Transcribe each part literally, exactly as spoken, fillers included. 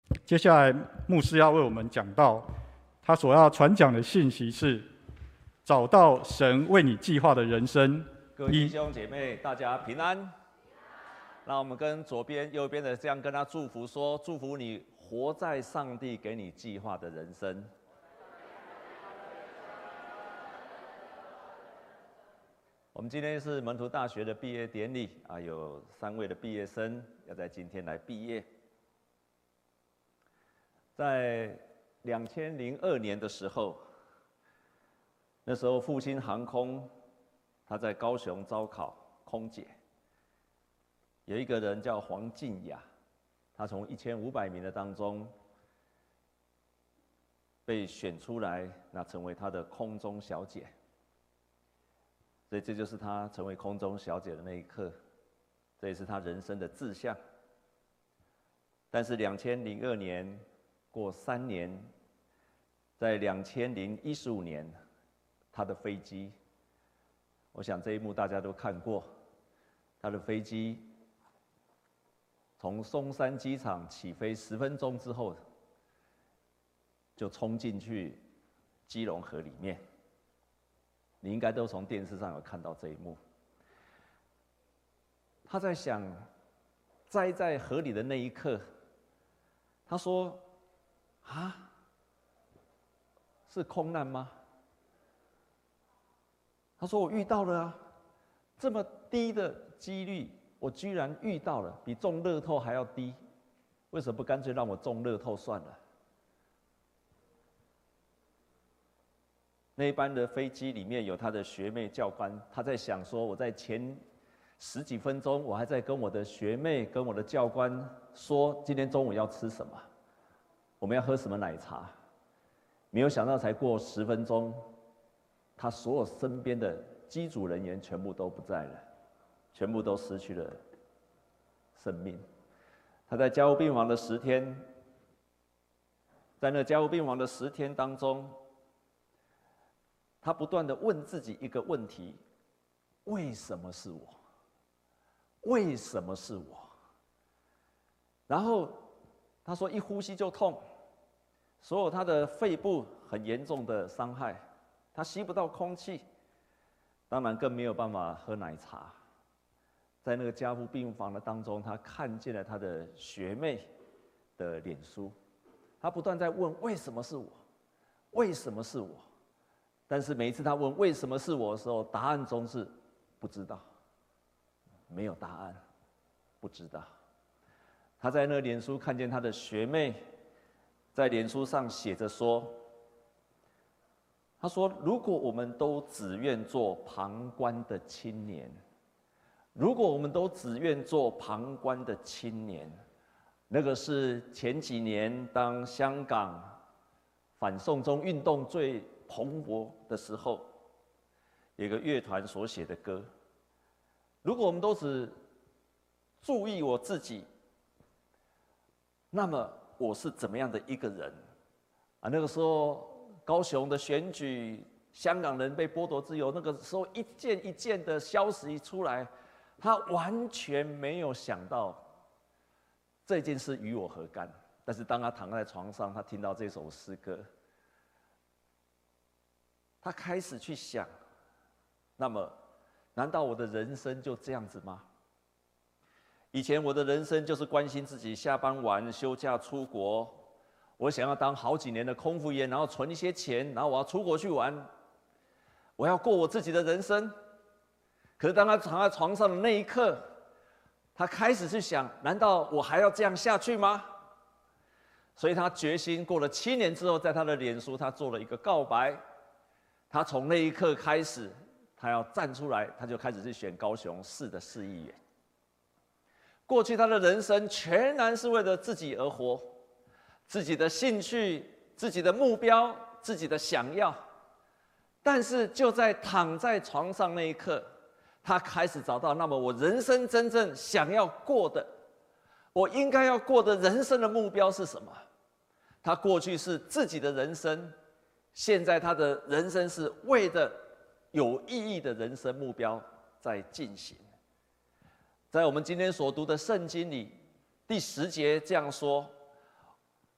接下来牧师要为我们讲到，他所要传讲的信息是：找到神为你计划的人生。 各位弟兄姐妹，大家平安。让我们跟左边、右边的这样跟他祝福说：祝福你活在上帝给你计划的人生。我们今天是门徒大学的毕业典礼啊，有三位的毕业生要在今天来毕业。在两千零二年的时候，那时候复兴航空他在高雄招考空姐，有一个人叫黄静雅，他从一千五百名的当中被选出来，那成为他的空中小姐。所以这就是他成为空中小姐的那一刻，这也是他人生的志向。但是两千零二年过三年，在两千零一十五年，他的飞机，我想这一幕大家都看过，他的飞机从松山机场起飞十分钟之后，就冲进去基隆河里面。你应该都从电视上有看到这一幕。他在想，栽在河里的那一刻，他说：“啊，是空难吗？”他说：“我遇到了啊，这么低的几率，我居然遇到了，比中乐透还要低，为什么不干脆让我中乐透算了？”那一班的飞机里面有他的学妹教官，他在想说：我在前十几分钟，我还在跟我的学妹、跟我的教官说今天中午要吃什么，我们要喝什么奶茶。没有想到才过十分钟，他所有身边的机组人员全部都不在了，全部都失去了生命。他在加护病房的十天，在那加护病房的十天当中，他不断地问自己一个问题：为什么是我？为什么是我？然后他说，一呼吸就痛，所有他的肺部很严重的伤害，他吸不到空气，当然更没有办法喝奶茶。在那个加护病房的当中，他看见了他的学妹的脸书，他不断在问：为什么是我？为什么是我？但是每一次他问为什么是我的时候，答案总是不知道，没有答案，不知道。他在那脸书看见他的学妹在脸书上写着说：“他说，如果我们都只愿做旁观的青年，如果我们都只愿做旁观的青年，那个是前几年当香港反送中运动最蓬勃的时候，有一个乐团所写的歌。如果我们都只注意我自己，那么我是怎么样的一个人？啊，那个时候高雄的选举，香港人被剥夺自由，那个时候一件一件的消息出来，他完全没有想到这件事与我何干。但是当他躺在床上，他听到这首诗歌，他开始去想，那么，难道我的人生就这样子吗？以前我的人生就是关心自己下班完、休假出国，我想要当好几年的空服员，然后存一些钱，然后我要出国去玩，我要过我自己的人生。可是当他躺在床上的那一刻，他开始去想，难道我还要这样下去吗？所以他决心，过了七年之后，在他的脸书，他做了一个告白。他从那一刻开始，他要站出来，他就开始去选高雄市的市议员。过去他的人生全然是为了自己而活，自己的兴趣、自己的目标、自己的想要。但是就在躺在床上那一刻，他开始找到，那么我人生真正想要过的，我应该要过的人生的目标是什么？他过去是自己的人生，现在他的人生是为了有意义的人生目标在进行。在我们今天所读的圣经里，第十节这样说：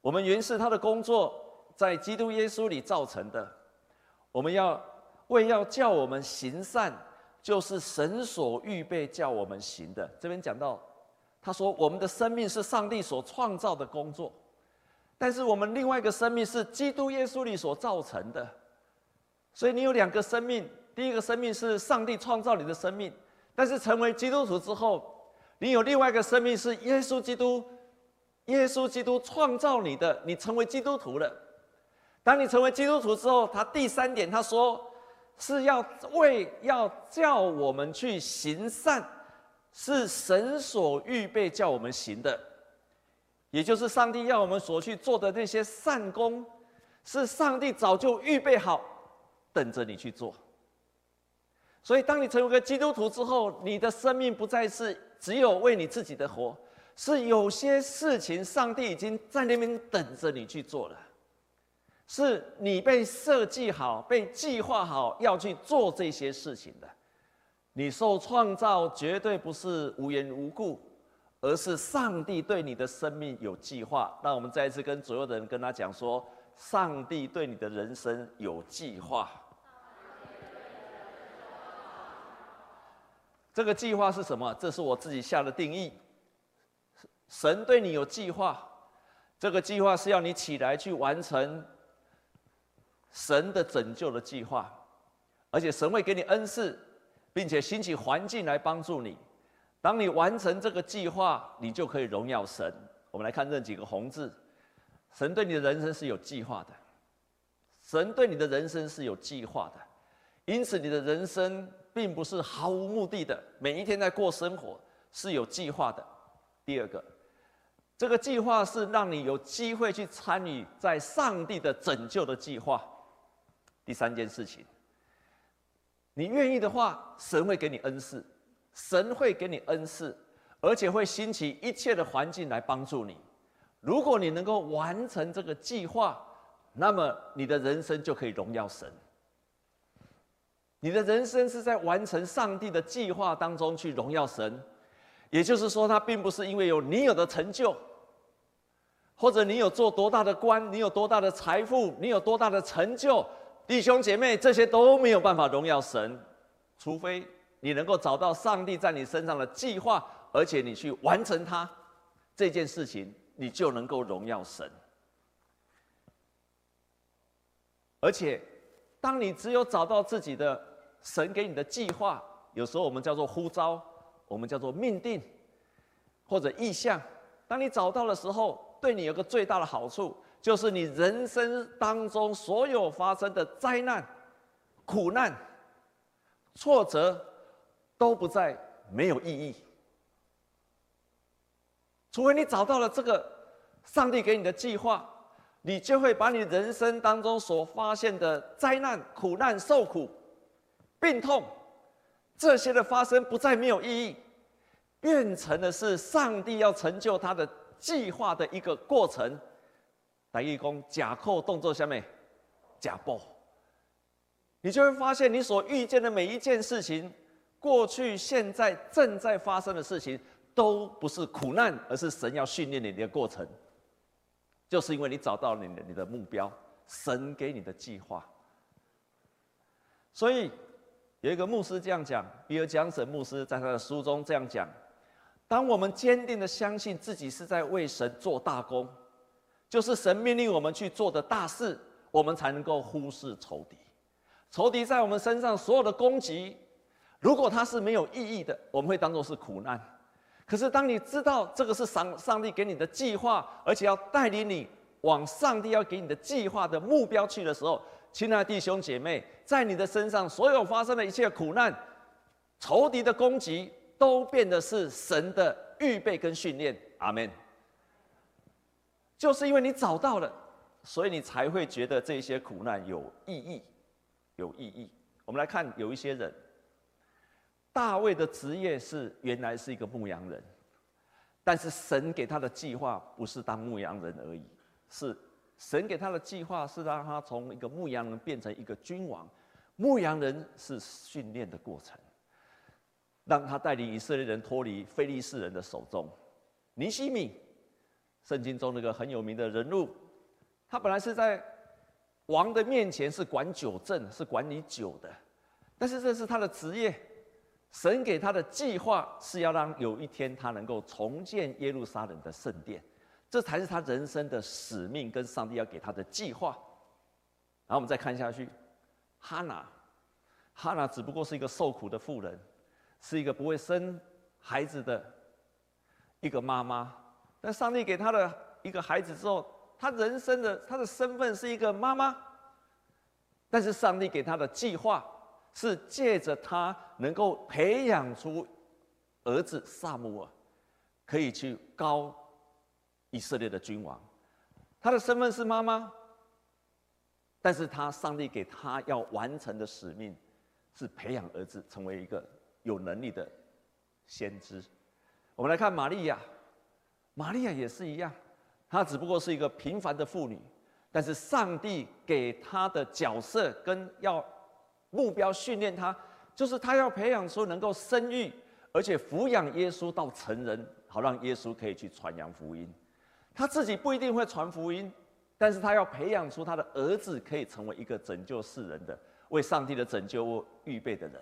我们原是他的工作，在基督耶稣里造成的。我们要为要叫我们行善，就是神所预备叫我们行的。这边讲到，他说我们的生命是上帝所创造的工作，但是我们另外一个生命是基督耶稣里所造成的。所以你有两个生命，第一个生命是上帝创造你的生命，但是成为基督徒之后，你有另外一个生命是耶稣基督，耶稣基督创造你的，你成为基督徒了。当你成为基督徒之后，他第三点他说是要为要叫我们去行善，是神所预备叫我们行的，也就是上帝要我们所去做的那些善功，是上帝早就预备好，等着你去做。所以当你成为个基督徒之后，你的生命不再是只有为你自己的活，是有些事情上帝已经在那边等着你去做了，是你被设计好、被计划好要去做这些事情的。你受创造绝对不是无缘无故，而是上帝对你的生命有计划。那我们再一次跟左右的人跟他讲说，上帝对你的人生有计划。这个计划是什么？这是我自己下的定义。神对你有计划，这个计划是要你起来去完成神的拯救的计划，而且神会给你恩赐，并且兴起环境来帮助你。当你完成这个计划，你就可以荣耀神。我们来看这几个红字，神对你的人生是有计划的，神对你的人生是有计划的，因此你的人生并不是毫无目的的，每一天在过生活，是有计划的。第二个，这个计划是让你有机会去参与在上帝的拯救的计划。第三件事情，你愿意的话，神会给你恩赐，神会给你恩赐，而且会兴起一切的环境来帮助你。如果你能够完成这个计划，那么你的人生就可以荣耀神。你的人生是在完成上帝的计划当中去荣耀神，也就是说，它并不是因为有你有的成就，或者你有做多大的官，你有多大的财富，你有多大的成就，弟兄姐妹，这些都没有办法荣耀神，除非你能够找到上帝在你身上的计划，而且你去完成它，这件事情你就能够荣耀神。而且当你只有找到自己的神给你的计划，有时候我们叫做呼召，我们叫做命定或者意向，当你找到的时候，对你有个最大的好处，就是你人生当中所有发生的灾难、苦难、挫折都不再没有意义。除非你找到了这个上帝给你的计划，你就会把你人生当中所发现的灾难、苦难、受苦、病痛这些的发生不再没有意义，变成的是上帝要成就他的计划的一个过程。台语说假扣动作下面假报，你就会发现你所遇见的每一件事情，过去、现在正在发生的事情，都不是苦难，而是神要训练你的过程。就是因为你找到你的你的目标，神给你的计划。所以有一个牧师这样讲，比尔·江神牧师在他的书中这样讲：当我们坚定的相信自己是在为神做大功，就是神命令我们去做的大事，我们才能够忽视仇敌。仇敌在我们身上所有的攻击，如果它是没有意义的，我们会当作是苦难。可是当你知道这个是上上帝给你的计划，而且要带领你往上帝要给你的计划的目标去的时候，亲爱的弟兄姐妹，在你的身上所有发生的一切苦难、仇敌的攻击，都变得是神的预备跟训练。阿们。就是因为你找到了，所以你才会觉得这些苦难有意义，有意义。我们来看有一些人，大卫的职业是原来是一个牧羊人，但是神给他的计划不是当牧羊人而已，是神给他的计划是让他从一个牧羊人变成一个君王。牧羊人是训练的过程，让他带领以色列人脱离非利士人的手中。尼希米，圣经中那个很有名的人物， 他本来是在王的面前是管酒政，是管理酒的，但是这是他的职业。神给他的计划是要让有一天他能够重建耶路撒冷的圣殿，这才是他人生的使命跟上帝要给他的计划。然后我们再看下去，哈拿，哈拿只不过是一个受苦的妇人，是一个不会生孩子的一个妈妈，但上帝给他的一个孩子之后，他人生的他的身份是一个妈妈，但是上帝给他的计划是借着他能够培养出儿子撒母耳，可以去高以色列的君王。他的身份是妈妈，但是他上帝给他要完成的使命是培养儿子成为一个有能力的先知。我们来看玛利亚，玛利亚也是一样，她只不过是一个平凡的妇女，但是上帝给她的角色跟要目标训练她，就是她要培养出能够生育，而且抚养耶稣到成人，好让耶稣可以去传扬福音。她自己不一定会传福音，但是她要培养出她的儿子可以成为一个拯救世人的、为上帝的拯救预备的人。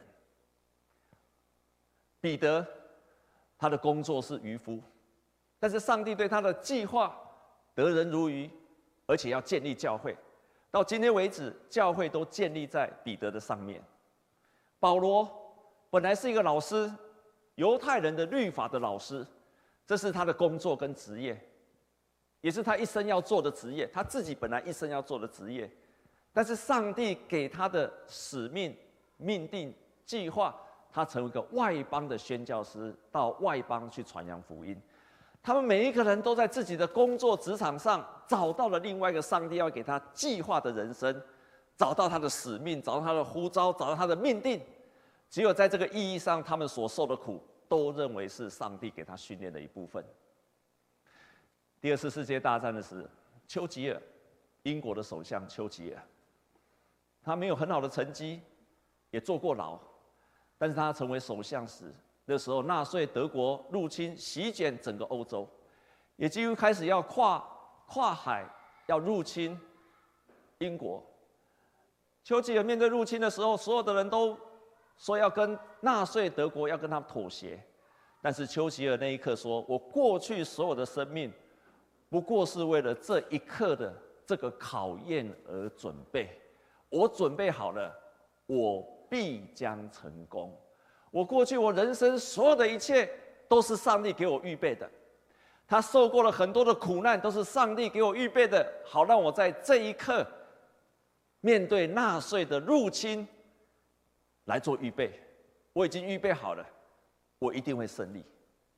彼得，他的工作是渔夫，但是上帝对他的计划得人如鱼，而且要建立教会。到今天为止，教会都建立在彼得的上面。保罗本来是一个老师，犹太人的律法的老师，这是他的工作跟职业，也是他一生要做的职业，他自己本来一生要做的职业。但是上帝给他的使命、命定、计划，他成为一个外邦的宣教师，到外邦去传扬福音。他们每一个人都在自己的工作职场上找到了另外一个上帝要给他计划的人生，找到他的使命，找到他的呼召，找到他的命定。只有在这个意义上，他们所受的苦都认为是上帝给他训练的一部分。第二次世界大战的时候，丘吉尔，英国的首相丘吉尔，他没有很好的成绩，也坐过牢，但是他成为首相时，那时候纳粹德国入侵席卷整个欧洲，也几乎开始要跨跨海要入侵英国。丘吉尔面对入侵的时候，所有的人都说要跟纳粹德国要跟他妥协，但是丘吉尔那一刻说：“我过去所有的生命，不过是为了这一刻的这个考验而准备。我准备好了，我必将成功。我过去我人生所有的一切都是上帝给我预备的。他受过了很多的苦难，都是上帝给我预备的，好让我在这一刻面对纳粹的入侵来做预备。我已经预备好了，我一定会胜利。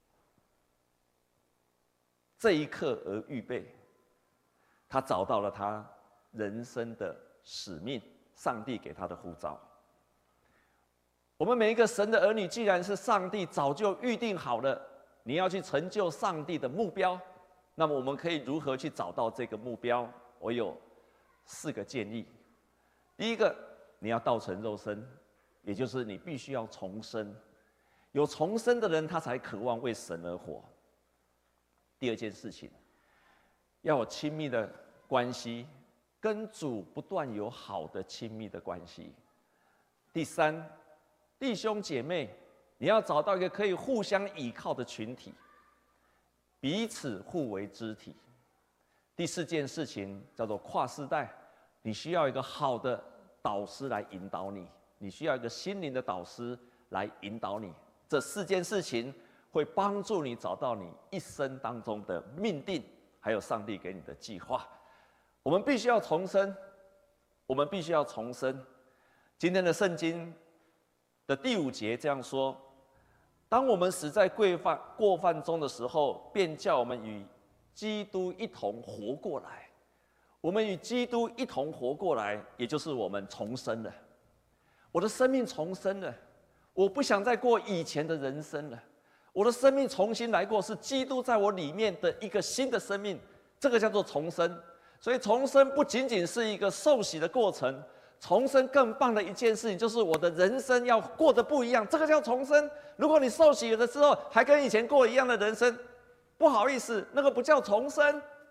这一刻而预备，他找到了他人生的使命，上帝给他的呼召。我们每一个神的儿女，既然是上帝早就预定好了，你要去成就上帝的目标，那么我们可以如何去找到这个目标？我有四个建议。第一个，你要道成肉身，也就是你必须要重生。有重生的人，他才渴望为神而活。第二件事情，要有亲密的关系，跟主不断有好的亲密的关系。第三，弟兄姐妹，你要找到一个可以互相依靠的群体，彼此互为肢体。第四件事情叫做跨世代，你需要一个好的导师来引导你，你需要一个心灵的导师来引导你。这四件事情会帮助你找到你一生当中的命定，还有上帝给你的计划。我们必须要重生，我们必须要重生。今天的圣经的第五节这样说：当我们死在过犯过犯中的时候，便叫我们与基督一同活过来。我们与基督一同活过来，也就是我们重生了。我的生命重生了，我不想再过以前的人生了。我的生命重新来过，是基督在我里面的一个新的生命，这个叫做重生。所以重生不仅仅是一个受洗的过程，重生更棒的一件事情就是我的人生要过得不一样，这个叫重生。如果你受洗了之后还跟以前过一样的人生，不好意思，那个不叫重生，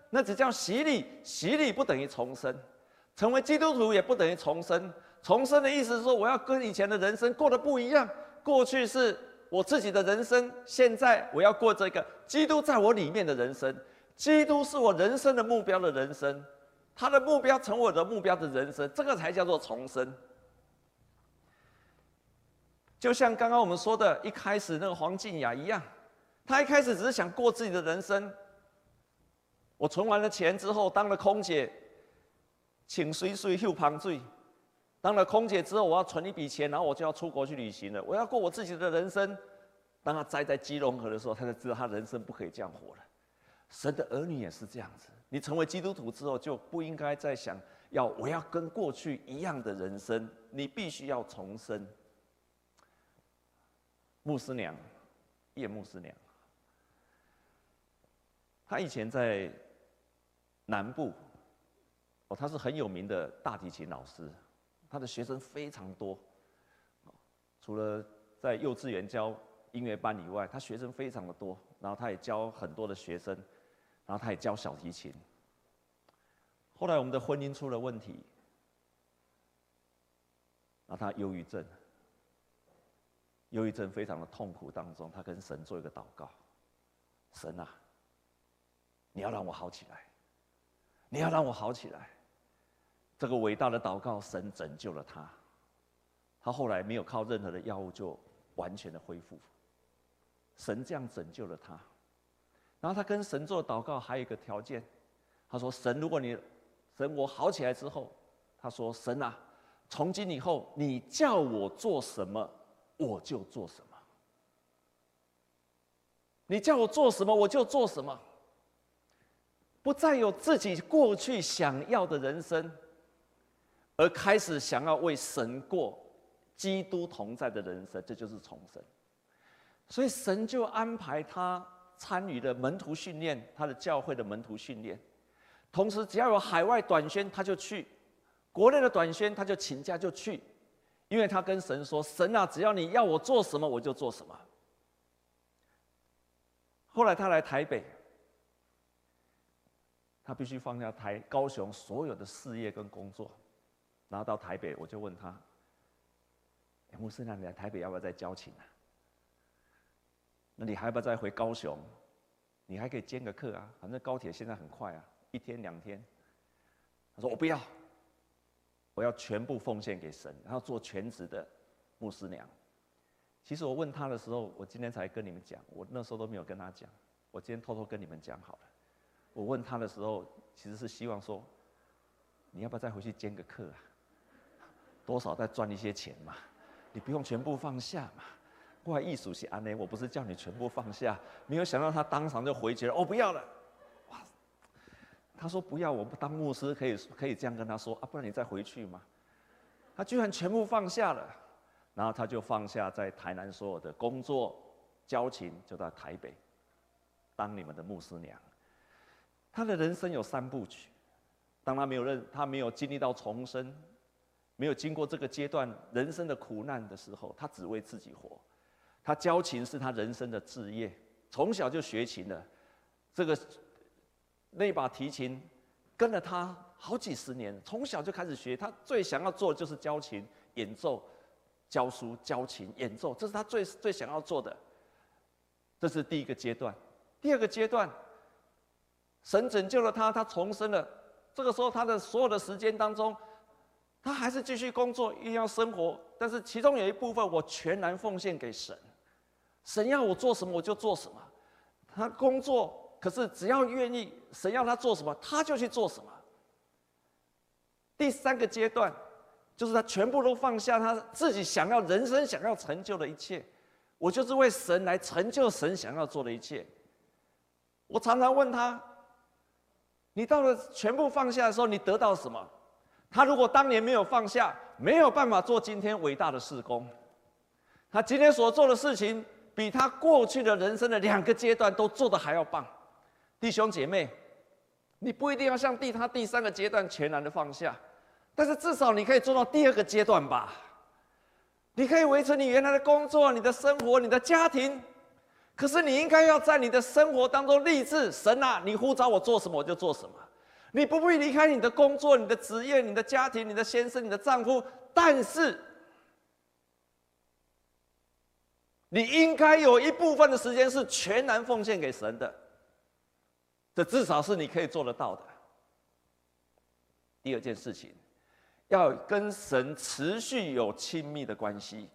那只叫洗礼，洗礼不等于重生。成为基督徒也不等于重生。重生的意思是说，我要跟以前的人生过得不一样。过去是我自己的人生，现在我要过这个基督在我里面的人生。基督是我人生的目标的人生，他的目标成为我的目标的人生，这个才叫做重生。就像刚刚我们说的，一开始那个黄静雅一样，她一开始只是想过自己的人生。我存完了钱之后，当了空姐，请水水休旁水。当了空姐之后，我要存一笔钱，然后我就要出国去旅行了。我要过我自己的人生。当他栽在基隆河的时候，他才知道他人生不可以这样活了。神的儿女也是这样子，你成为基督徒之后，就不应该再想要我要跟过去一样的人生，你必须要重生。牧师娘，叶牧师娘，她以前在南部，哦，她是很有名的大提琴老师，她的学生非常多，除了在幼稚园教音乐班以外，她学生非常的多，然后她也教很多的学生，然后她也教小提琴。后来我们的婚姻出了问题，然后她忧郁症。忧郁症非常的痛苦当中，他跟神做一个祷告：神啊，你要让我好起来，你要让我好起来。这个伟大的祷告，神拯救了他。他后来没有靠任何的药物就完全的恢复。神这样拯救了他。然后他跟神做祷告，还有一个条件，他说：神，如果你神我好起来之后，他说：神啊，从今以后，你叫我做什么，我就做什么。你叫我做什么，我就做什么。不再有自己过去想要的人生，而开始想要为神过基督同在的人生，这就是重生。所以神就安排他参与了门徒训练，他的教会的门徒训练。同时，只要有海外短宣，他就去；国内的短宣，他就请假就去。因为他跟神说：神啊，只要你要我做什么，我就做什么。后来他来台北，他必须放下台高雄所有的事业跟工作，然后到台北，我就问他：哎，牧师，那你来台北要不要再教琴啊？那你还要不要再回高雄？你还可以兼个课啊，反正高铁现在很快啊，一天两天。他说：我不要。我要全部奉献给神，然后做全职的牧师娘。其实我问他的时候，我今天才跟你们讲，我那时候都没有跟他讲，我今天偷偷跟你们讲好了。我问他的时候，其实是希望说，你要不要再回去兼个课啊？多少再赚一些钱嘛，你不用全部放下嘛。我还艺术是安呢，我不是叫你全部放下。没有想到他当场就回绝了，哦，不要了。他说不要，我不当牧师可以可以这样跟他说啊，不然你再回去嘛。他居然全部放下了，然后他就放下在台南所有的工作、交情，就到台北当你们的牧师娘。他的人生有三部曲，当他没有认他没有经历到重生，没有经过这个阶段人生的苦难的时候，他只为自己活。他交琴是他人生的志业，从小就学琴了，这个。那把提琴跟了他好几十年，从小就开始学。他最想要做的就是教琴、演奏、教书、教琴、演奏，这是他最最想要做的。这是第一个阶段。第二个阶段，神拯救了他，他重生了。这个时候，他的所有的时间当中，他还是继续工作，一定要生活。但是其中有一部分，我全然奉献给神。神要我做什么，我就做什么。他工作。可是只要愿意，神要他做什么，他就去做什么。第三个阶段，就是他全部都放下他自己想要人生想要成就的一切，我就是为神来成就神想要做的一切。我常常问他：你到了全部放下的时候，你得到什么？他如果当年没有放下，没有办法做今天伟大的事工。他今天所做的事情，比他过去的人生的两个阶段都做得还要棒。弟兄姐妹，你不一定要像第他第三个阶段全然的放下，但是至少你可以做到第二个阶段吧。你可以维持你原来的工作、你的生活、你的家庭， 可是你应该要在你的生活当中立志，神啊，你呼召我做什么我就做什么。你不必离开你的工作、你的职业、你的家庭、你的先生、你的丈夫，但是你应该有一部分的时间是全然奉献给神的，这至少是你可以做得到的。第二件事情，要跟神持续有亲密的关系。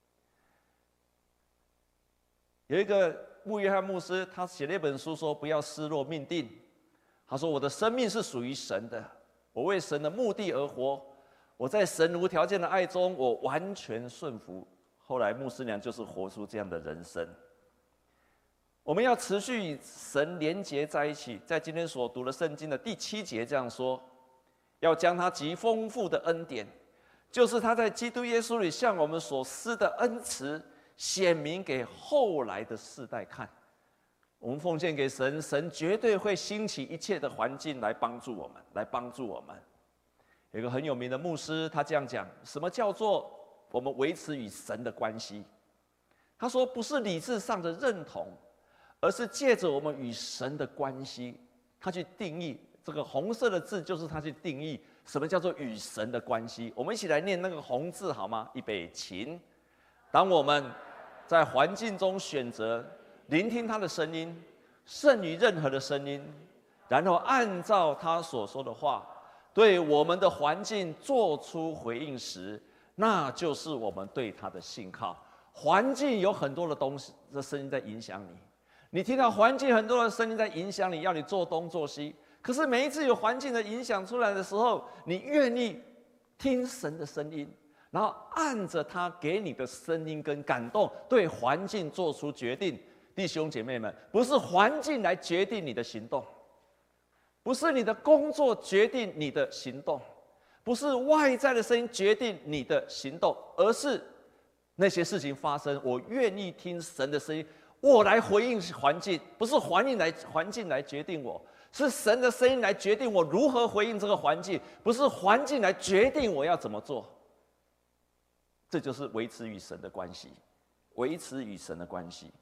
有一个穆约翰牧师，他写了一本书说，不要失落命定。他说，我的生命是属于神的，我为神的目的而活，我在神无条件的爱中，我完全顺服。后来牧师娘就是活出这样的人生。我们要持续与神连结在一起。在今天所读的圣经的第七节这样说，要将他极丰富的恩典，就是他在基督耶稣里向我们所施的恩慈，显明给后来的世代看。我们奉献给神，神绝对会兴起一切的环境来帮助我们，来帮助我们。有一个很有名的牧师，他这样讲：什么叫做我们维持与神的关系？他说，不是理智上的认同，而是借着我们与神的关系，他去定义这个红色的字，就是他去定义什么叫做与神的关系。我们一起来念那个红字好吗？预备，请。当我们在环境中选择聆听他的声音，胜于任何的声音，然后按照他所说的话，对我们的环境做出回应时，那就是我们对他的信靠。环境有很多的东西的声音在影响你，你听到环境很多的声音在影响你，要你做东做西。可是每一次有环境的影响出来的时候，你愿意听神的声音，然后按着他给你的声音跟感动，对环境做出决定。弟兄姐妹们，不是环境来决定你的行动，不是你的工作决定你的行动，不是外在的声音决定你的行动，而是那些事情发生，我愿意听神的声音，我来回应环境，不是环境来环境来决定我，是神的声音来决定我如何回应这个环境，不是环境来决定我要怎么做。这就是维持与神的关系，维持与神的关系。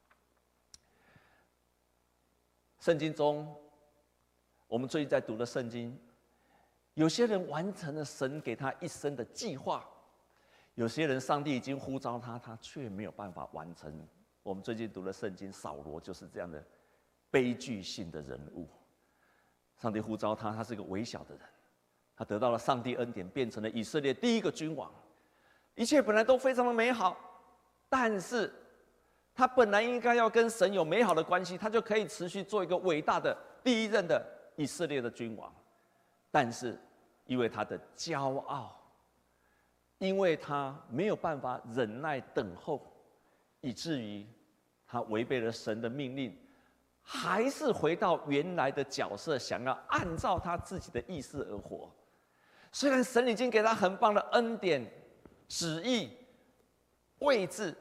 圣经中，我们最近在读的圣经，有些人完成了神给他一生的计划，有些人上帝已经呼召他，他却没有办法完成。我们最近读的圣经，扫罗就是这样的悲剧性的人物。上帝呼召他，他是一个微小的人，他得到了上帝恩典，变成了以色列第一个君王。一切本来都非常的美好，但是他本来应该要跟神有美好的关系，他就可以持续做一个伟大的第一任的以色列的君王。但是因为他的骄傲，因为他没有办法忍耐等候，以至于他违背了神的命令，还是回到原来的角色，想要按照他自己的意思而活。虽然神已经给他很棒的恩典、旨意、位置，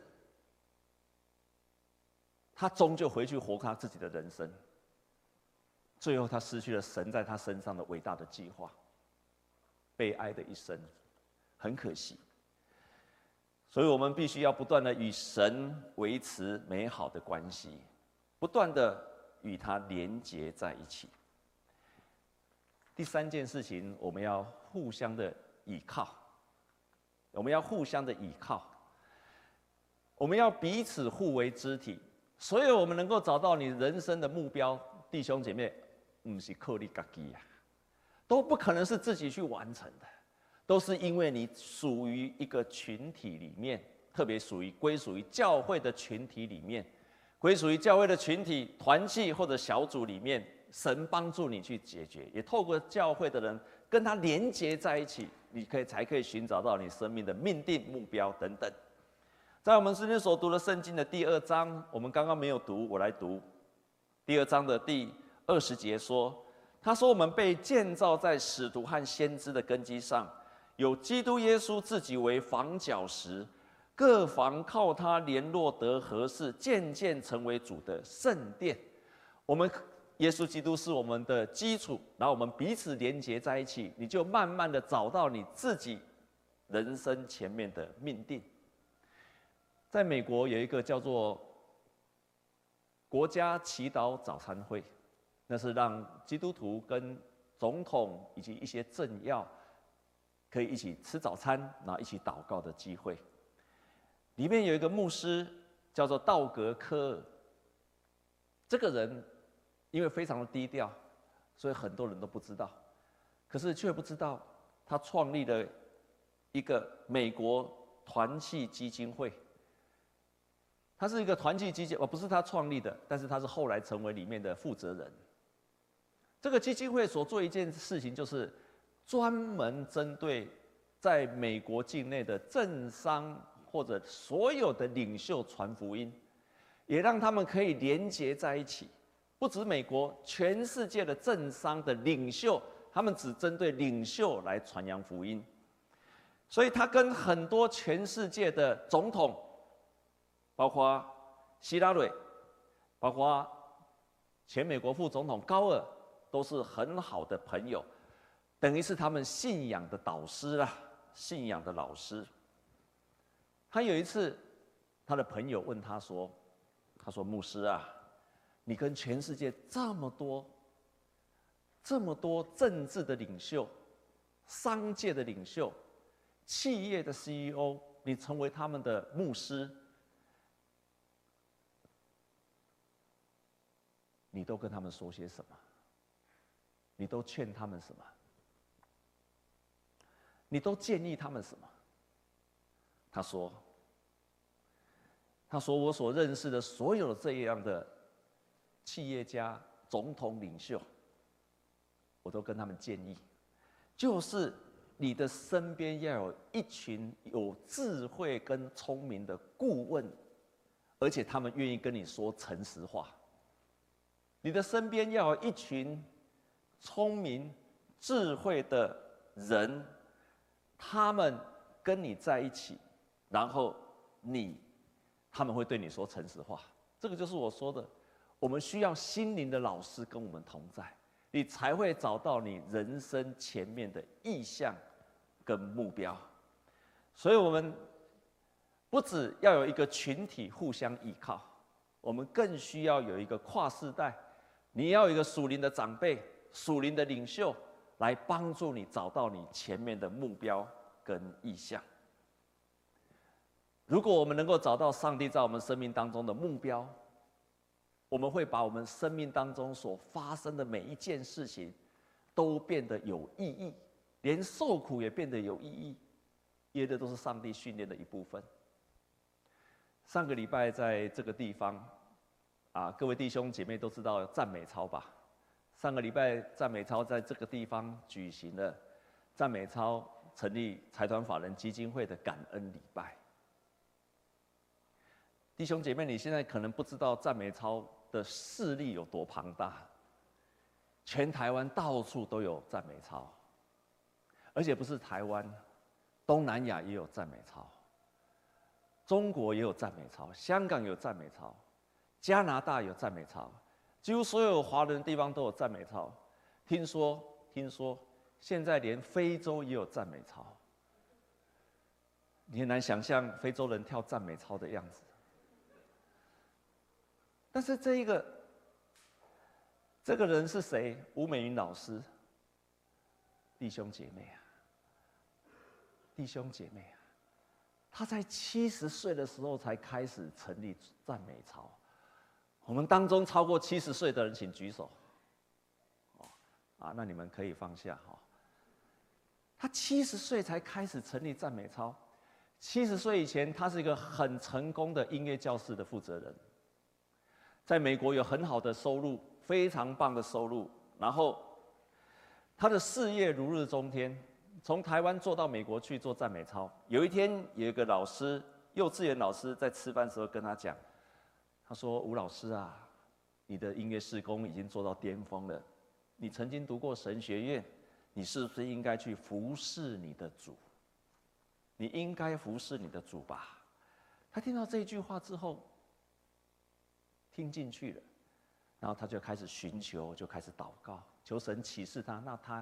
他终究回去活他自己的人生。最后，他失去了神在他身上的伟大的计划，悲哀的一生，很可惜。所以我们必须要不断的与神维持美好的关系，不断的与他连结在一起。第三件事情，我们要互相的倚靠，我们要互相的倚靠，我们要彼此互为肢体。所以我们能够找到你人生的目标，弟兄姐妹，不是靠你自己啊，都不可能是自己去完成的，都是因为你属于一个群体里面，特别属于归属于教会的群体里面，归属于教会的群体、团契或者小组里面，神帮助你去解决，也透过教会的人跟他连结在一起，你可以才可以寻找到你生命的命定目标等等。在我们今天所读的圣经的第二章，我们刚刚没有读，我来读。第二章的第二十节说，他说我们被建造在使徒和先知的根基上，有基督耶稣自己为房角石，各房靠他联络得合适，渐渐成为主的圣殿。我们耶稣基督是我们的基础，然后我们彼此连结在一起，你就慢慢的找到你自己人生前面的命定。在美国有一个叫做国家祈祷早餐会，那是让基督徒跟总统以及一些政要可以一起吃早餐，然后一起祷告的机会。里面有一个牧师叫做道格科尔，这个人因为非常的低调，所以很多人都不知道，可是却不知道他创立了一个美国团契基金会。他是一个团契基金，不是他创立的，但是他是后来成为里面的负责人。这个基金会所做一件事情，就是专门针对在美国境内的政商或者所有的领袖传福音，也让他们可以连结在一起。不止美国，全世界的政商的领袖，他们只针对领袖来传扬福音。所以他跟很多全世界的总统，包括希拉蕊，包括前美国副总统高尔，都是很好的朋友，等于是他们信仰的导师啦，信仰的老师。他有一次，他的朋友问他说：“他说牧师啊，你跟全世界这么多、这么多政治的领袖、商界的领袖、企业的 C E O， 你成为他们的牧师，你都跟他们说些什么？你都劝他们什么？你都建议他们什么？”他说：“他说我所认识的所有的这样的企业家、总统领袖，我都跟他们建议，就是你的身边要有一群有智慧跟聪明的顾问，而且他们愿意跟你说诚实话。你的身边要有一群聪明、智慧的人，他们跟你在一起，然后你，他们会对你说诚实话。这个就是我说的，我们需要心灵的老师跟我们同在，你才会找到你人生前面的意向跟目标。所以我们不只要有一个群体互相依靠，我们更需要有一个跨世代，你要有一个属灵的长辈、属灵的领袖来帮助你找到你前面的目标跟意向。如果我们能够找到上帝在我们生命当中的目标，我们会把我们生命当中所发生的每一件事情都变得有意义，连受苦也变得有意义，因为这都是上帝训练的一部分。上个礼拜在这个地方啊，各位弟兄姐妹都知道赞美操吧？上个礼拜赞美操在这个地方举行了赞美操成立财团法人基金会的感恩礼拜。弟兄姐妹，你现在可能不知道赞美操的势力有多庞大，全台湾到处都有赞美操，而且不是台湾，东南亚也有赞美操，中国也有赞美操，香港有赞美操，加拿大有赞美操，几乎所有华人的地方都有赞美操。听说，听说现在连非洲也有赞美操，你很难想象非洲人跳赞美操的样子。但是这一个这个人是谁？吴美云老师。弟兄姐妹啊，弟兄姐妹啊，他在七十岁的时候才开始成立赞美操。我们当中超过七十岁的人，请举手。哦，啊，那你们可以放下哈。他七十岁才开始成立赞美操，七十岁以前，他是一个很成功的音乐教室的负责人。在美国有很好的收入，非常棒的收入，然后他的事业如日中天，从台湾做到美国去做赞美操。有一天，有一个老师，幼稚园老师在吃饭的时候跟他讲，他说：“吴老师啊，你的音乐事工已经做到巅峰了，你曾经读过神学院，你是不是应该去服侍你的主？你应该服侍你的主吧？”他听到这句话之后，听进去了，然后他就开始寻求，就开始祷告，求神启示他。那他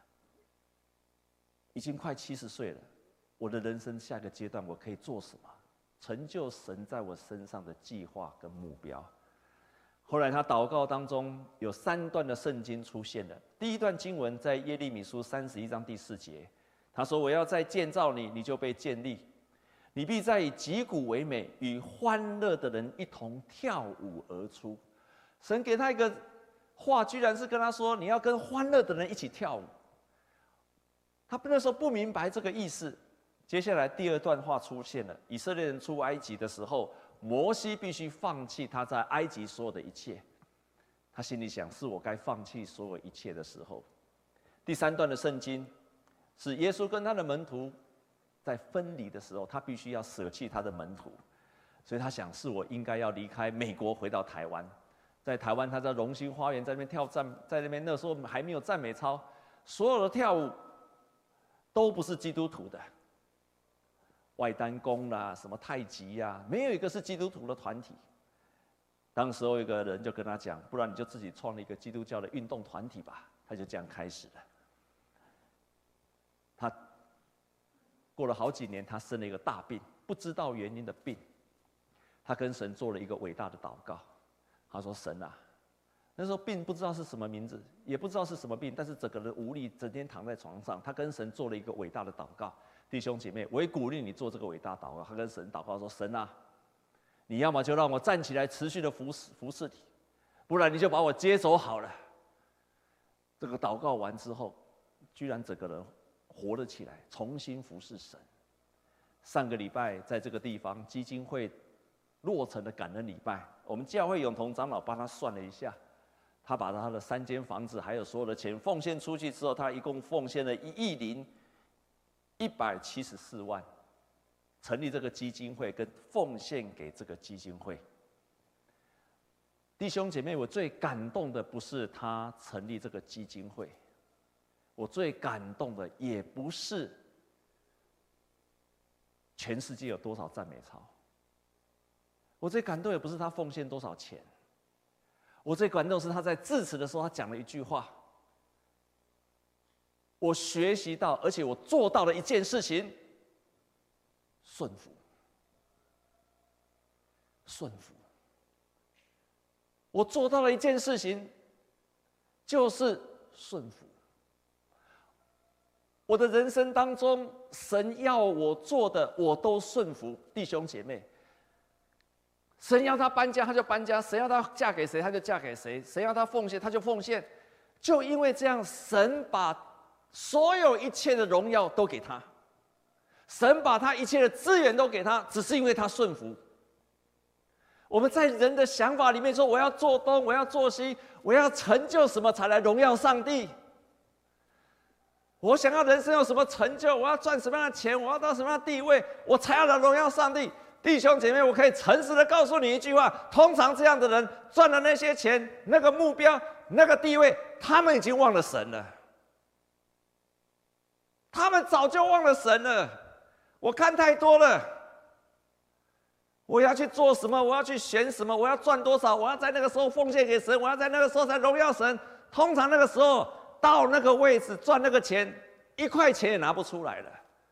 已经快七十岁了，我的人生下一个阶段我可以做什么，成就神在我身上的计划跟目标？ 后来他祷告当中有三段的圣经出现了。第一段经文在耶利米书三十一章第四节，他说：“我要再建造你，你就被建立，你必再以击鼓为美，与欢乐的人一同跳舞而出。”神给他一个话，居然是跟他说：“你要跟欢乐的人一起跳舞。”他那时候不明白这个意思。接下来第二段话出现了：以色列人出埃及的时候，摩西必须放弃他在埃及所有的一切。他心里想：是我该放弃所有一切的时候。第三段的圣经是耶稣跟他的门徒在分离的时候，他必须要舍弃他的门徒，所以他想：是我应该要离开美国，回到台湾。在台湾，他在荣兴花园在那边跳赞，在那边那时候还没有赞美操，所有的跳舞都不是基督徒的，外丹功啦，什么太极呀、啊，没有一个是基督徒的团体。当时有一个人就跟他讲：不然你就自己创立一个基督教的运动团体吧。他就这样开始了。他过了好几年，他生了一个大病，不知道原因的病。他跟神做了一个伟大的祷告。他说：神啊，那时候病不知道是什么名字，也不知道是什么病，但是整个人无力，整天躺在床上。他跟神做了一个伟大的祷告。弟兄姐妹，我也鼓励你做这个伟大祷告。他跟神祷告说：神啊，你要么就让我站起来持续的服侍服侍你，不然你就把我接走好了。这个祷告完之后，居然整个人活了起来，重新服侍神。上个礼拜在这个地方基金会落成的感恩礼拜，我们教会永同长老帮他算了一下，他把他的三间房子还有所有的钱奉献出去之后，他一共奉献了一亿零一百七十四万，成立这个基金会跟奉献给这个基金会。弟兄姐妹，我最感动的不是他成立这个基金会，我最感动的也不是全世界有多少赞美操，我最感动也不是他奉献多少钱，我最感动的是他在致辞的时候，他讲了一句话：我学习到，而且我做到了一件事情，顺服。顺服。我做到了一件事情，就是顺服。我的人生当中，神要我做的，我都顺服。弟兄姐妹，神要他搬家，他就搬家；神要他嫁给谁，他就嫁给谁；神要他奉献，他就奉献。就因为这样，神把所有一切的荣耀都给他，神把他一切的资源都给他，只是因为他顺服。我们在人的想法里面说，我要做东，我要做西，我要成就什么才来荣耀上帝？我想要人生有什么成就？我要赚什么样的钱？我要到什么样的地位，我才要来荣耀上帝？弟兄姐妹，我可以诚实的告诉你一句话：通常这样的人赚了那些钱、那个目标、那个地位，他们已经忘了神了。他们早就忘了神了。我看太多了。我要去做什么？我要去选什么？我要赚多少？我要在那个时候奉献给神，我要在那个时候才荣耀神。通常那个时候到那个位置赚那个钱，一块钱也拿不出来了。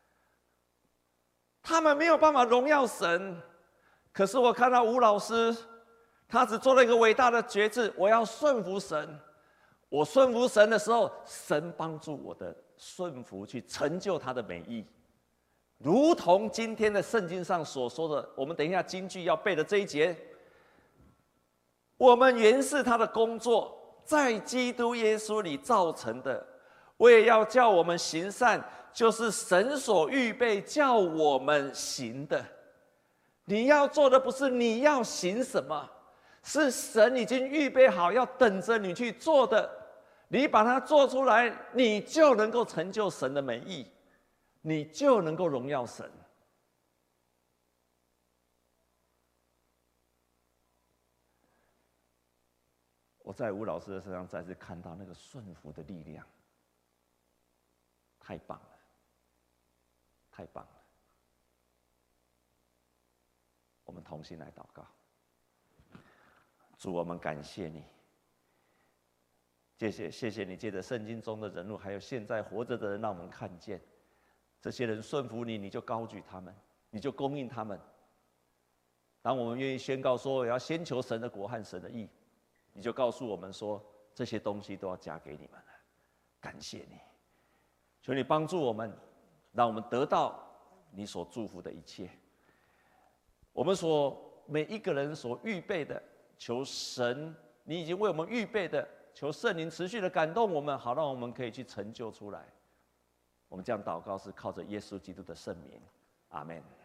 他们没有办法荣耀神。可是我看到吴老师，他只做了一个伟大的决志：我要顺服神。我顺服神的时候，神帮助我的顺服去成就他的美意。如同今天的圣经上所说的，我们等一下金句要背的这一节，我们原是他的工作，在基督耶稣里造成的，为要叫我们行善，就是神所预备叫我们行的。你要做的不是你要行什么，是神已经预备好要等着你去做的。你把它做出来，你就能够成就神的美意，你就能够荣耀神。我在吴老师的身上再次看到那个顺服的力量，太棒了，太棒了！我们同心来祷告。主，我们感谢你，谢谢谢谢你借着圣经中的人物，还有现在活着的人，让我们看见这些人顺服你，你就高举他们，你就供应他们。当我们愿意宣告说，我要先求神的国和神的义， 你就告诉我们说，这些东西都要加给你们了。感谢你，求你帮助我们，让我们得到你所祝福的一切。我们所每一个人所预备的，求神，你已经为我们预备的，求圣灵持续的感动我们，好让我们可以去成就出来。我们这样祷告是靠着耶稣基督的圣名，阿们。